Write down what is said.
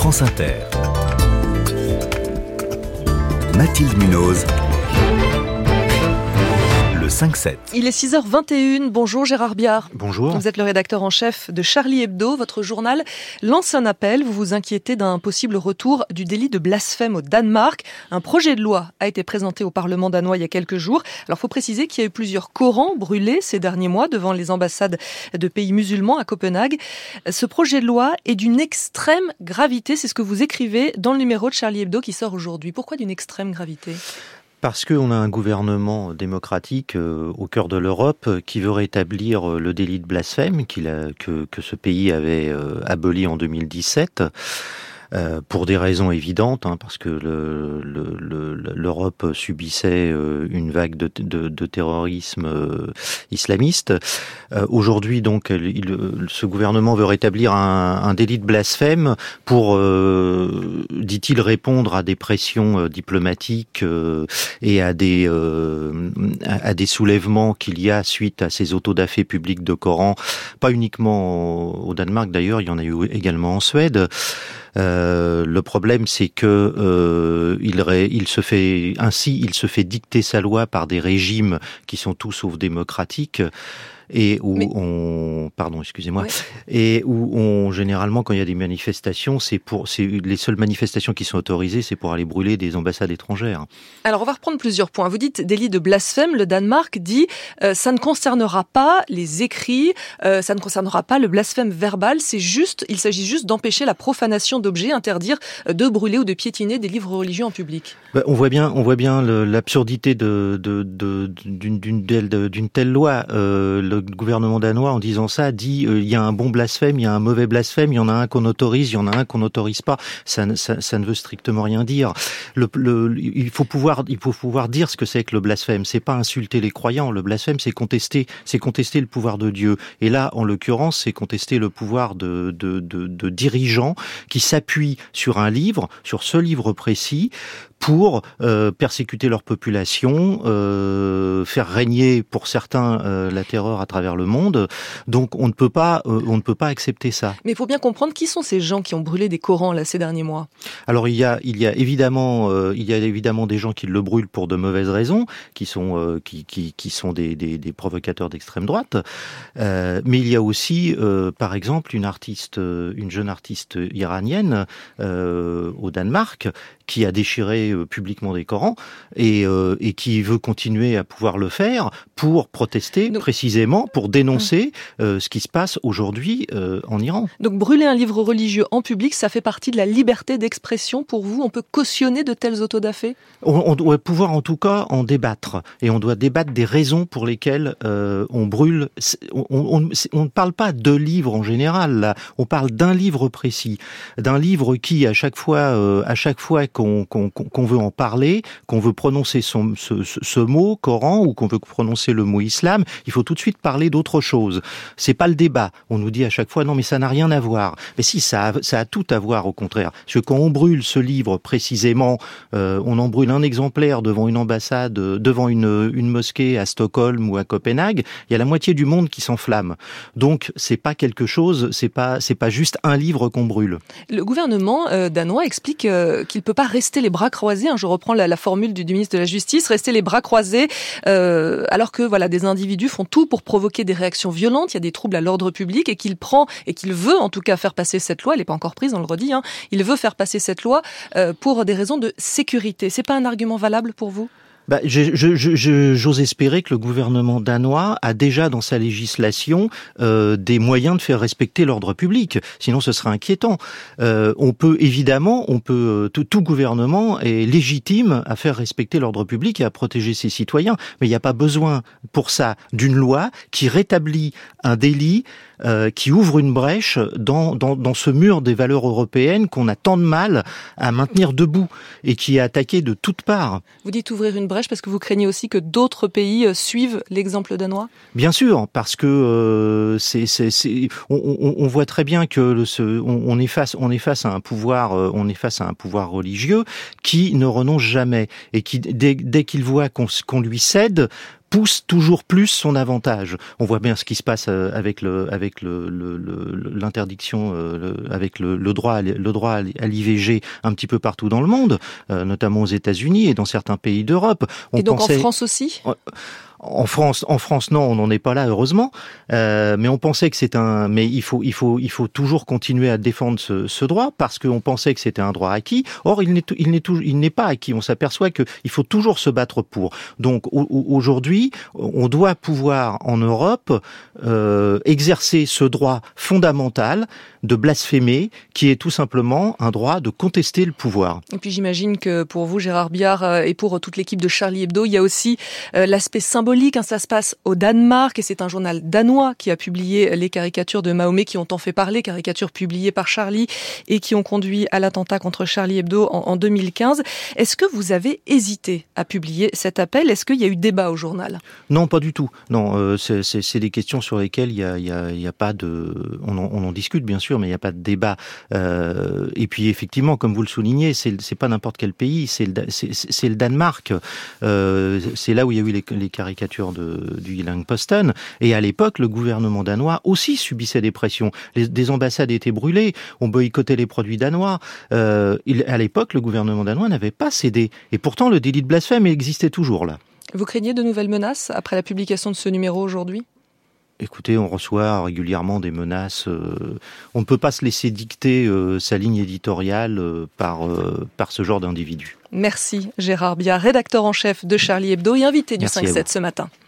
France Inter. Mathilde Munoz. Le 5-7. Il est 6h21. Bonjour Gérard Biard. Bonjour. Vous êtes le rédacteur en chef de Charlie Hebdo. Votre journal lance un appel. Vous vous inquiétez d'un possible retour du délit de blasphème au Danemark. Un projet de loi a été présenté au Parlement danois il y a quelques jours. Alors, il faut préciser qu'il y a eu plusieurs Corans brûlés ces derniers mois devant les ambassades de pays musulmans à Copenhague. Ce projet de loi est d'une extrême gravité. C'est ce que vous écrivez dans le numéro de Charlie Hebdo qui sort aujourd'hui. Pourquoi d'une extrême gravité ? Parce qu'on a un gouvernement démocratique au cœur de l'Europe qui veut rétablir le délit de blasphème que ce pays avait aboli en 2017. Pour des raisons évidentes, parce que l'Europe subissait une vague de terrorisme islamiste. Aujourd'hui, donc, ce gouvernement veut rétablir un délit de blasphème pour, dit-il, répondre à des pressions diplomatiques et à des soulèvements qu'il y a suite à ces autodafés publics de Coran, pas uniquement au Danemark d'ailleurs, il y en a eu également en Suède. Le problème, c'est que il se fait dicter sa loi par des régimes qui sont tout sauf démocratiques. Et où généralement quand il y a des manifestations, c'est les seules manifestations qui sont autorisées, c'est pour aller brûler des ambassades étrangères. Alors on va reprendre plusieurs points. Vous dites délit de blasphème, le Danemark dit ça ne concernera pas les écrits, ça ne concernera pas le blasphème verbal, il s'agit juste d'empêcher la profanation d'objets, interdire de brûler ou de piétiner des livres religieux en public. On voit bien l'absurdité d'une telle loi. Le gouvernement danois, en disant ça, dit il y a un bon blasphème, il y a un mauvais blasphème, il y en a un qu'on autorise, il y en a un qu'on n'autorise pas. Ça ne veut strictement rien dire. Il faut pouvoir dire ce que c'est que le blasphème. C'est pas insulter les croyants. Le blasphème, c'est contester le pouvoir de Dieu. Et là, en l'occurrence, c'est contester le pouvoir de dirigeants qui s'appuient sur un livre, sur ce livre précis, pour persécuter leur population, faire régner pour certains la terreur à travers le monde. Donc on ne peut pas accepter ça. Mais il faut bien comprendre qui sont ces gens qui ont brûlé des Corans là ces derniers mois. Alors il y a évidemment des gens qui le brûlent pour de mauvaises raisons, qui sont des provocateurs d'extrême droite. Mais il y a aussi par exemple une jeune artiste iranienne au Danemark qui a déchiré publiquement des Corans et qui veut continuer à pouvoir le faire pour protester précisément, pour dénoncer ce qui se passe aujourd'hui en Iran. Donc brûler un livre religieux en public, ça fait partie de la liberté d'expression pour vous ? On peut cautionner de tels autodafés ? On doit pouvoir en tout cas en débattre. Et on doit débattre des raisons pour lesquelles on brûle. On ne parle pas de livres en général, là. On parle d'un livre précis. D'un livre qui, à chaque fois qu'on veut en parler, qu'on veut prononcer ce mot, Coran, ou qu'on veut prononcer le mot islam, il faut tout de suite parler d'autre chose. C'est pas le débat. On nous dit à chaque fois, non mais ça n'a rien à voir. Mais si, ça a tout à voir au contraire. Parce que quand on brûle ce livre précisément, on en brûle un exemplaire devant une ambassade, devant une mosquée à Stockholm ou à Copenhague, il y a la moitié du monde qui s'enflamme. Donc c'est pas quelque chose, c'est pas juste un livre qu'on brûle. Le gouvernement danois explique qu'il peut pas rester les bras croisés. Je reprends la formule du ministre de la Justice, rester les bras croisés, alors que des individus font tout pour provoquer des réactions violentes. Il y a des troubles à l'ordre public et qu'il veut en tout cas faire passer cette loi. Elle n'est pas encore prise, on le redit. Il veut faire passer cette loi pour des raisons de sécurité. C'est pas un argument valable pour vous ? J'ose espérer que le gouvernement danois a déjà dans sa législation des moyens de faire respecter l'ordre public. Sinon, ce serait inquiétant. Tout gouvernement est légitime à faire respecter l'ordre public et à protéger ses citoyens. Mais il n'y a pas besoin pour ça d'une loi qui rétablit un délit, qui ouvre une brèche dans ce mur des valeurs européennes qu'on a tant de mal à maintenir debout et qui est attaqué de toutes parts. Vous dites ouvrir une brèche parce que vous craignez aussi que d'autres pays suivent l'exemple danois ? Bien sûr, parce que on voit très bien que on est face à un pouvoir religieux qui ne renonce jamais et qui dès qu'il voit qu'on lui cède pousse toujours plus son avantage. On voit bien ce qui se passe avec l'interdiction, avec le droit à l'IVG un petit peu partout dans le monde, notamment aux États-Unis et dans certains pays d'Europe. Et donc en France aussi ? En France, non, on n'en est pas là, heureusement. Mais on pensait que mais il faut toujours continuer à défendre ce droit parce qu'on pensait que c'était un droit acquis. Or, il n'est pas acquis. On s'aperçoit qu'il faut toujours se battre pour. Donc, aujourd'hui, on doit pouvoir en Europe exercer ce droit fondamental de blasphémer, qui est tout simplement un droit de contester le pouvoir. Et puis, j'imagine que pour vous, Gérard Biard, et pour toute l'équipe de Charlie Hebdo, il y a aussi l'aspect symbolique. Ça se passe au Danemark et c'est un journal danois qui a publié les caricatures de Mahomet qui ont tant fait parler, caricatures publiées par Charlie et qui ont conduit à l'attentat contre Charlie Hebdo en 2015. Est-ce que vous avez hésité à publier cet appel ? Est-ce qu'il y a eu débat au journal ? Non, pas du tout. Non, c'est des questions sur lesquelles il y a pas de... On en discute bien sûr, mais il n'y a pas de débat. Et puis effectivement, comme vous le soulignez, c'est pas n'importe quel pays, c'est le Danemark. C'est là où il y a eu les caricatures du Jyllands-Posten. Et à l'époque, le gouvernement danois aussi subissait des pressions. Des ambassades étaient brûlées, on boycottait les produits danois. À l'époque, le gouvernement danois n'avait pas cédé. Et pourtant, le délit de blasphème existait toujours là. Vous craignez de nouvelles menaces après la publication de ce numéro aujourd'hui ? Écoutez, on reçoit régulièrement des menaces. On ne peut pas se laisser dicter sa ligne éditoriale par ce genre d'individus. Merci Gérard Biard, rédacteur en chef de Charlie Hebdo et invité du 5-7 ce matin.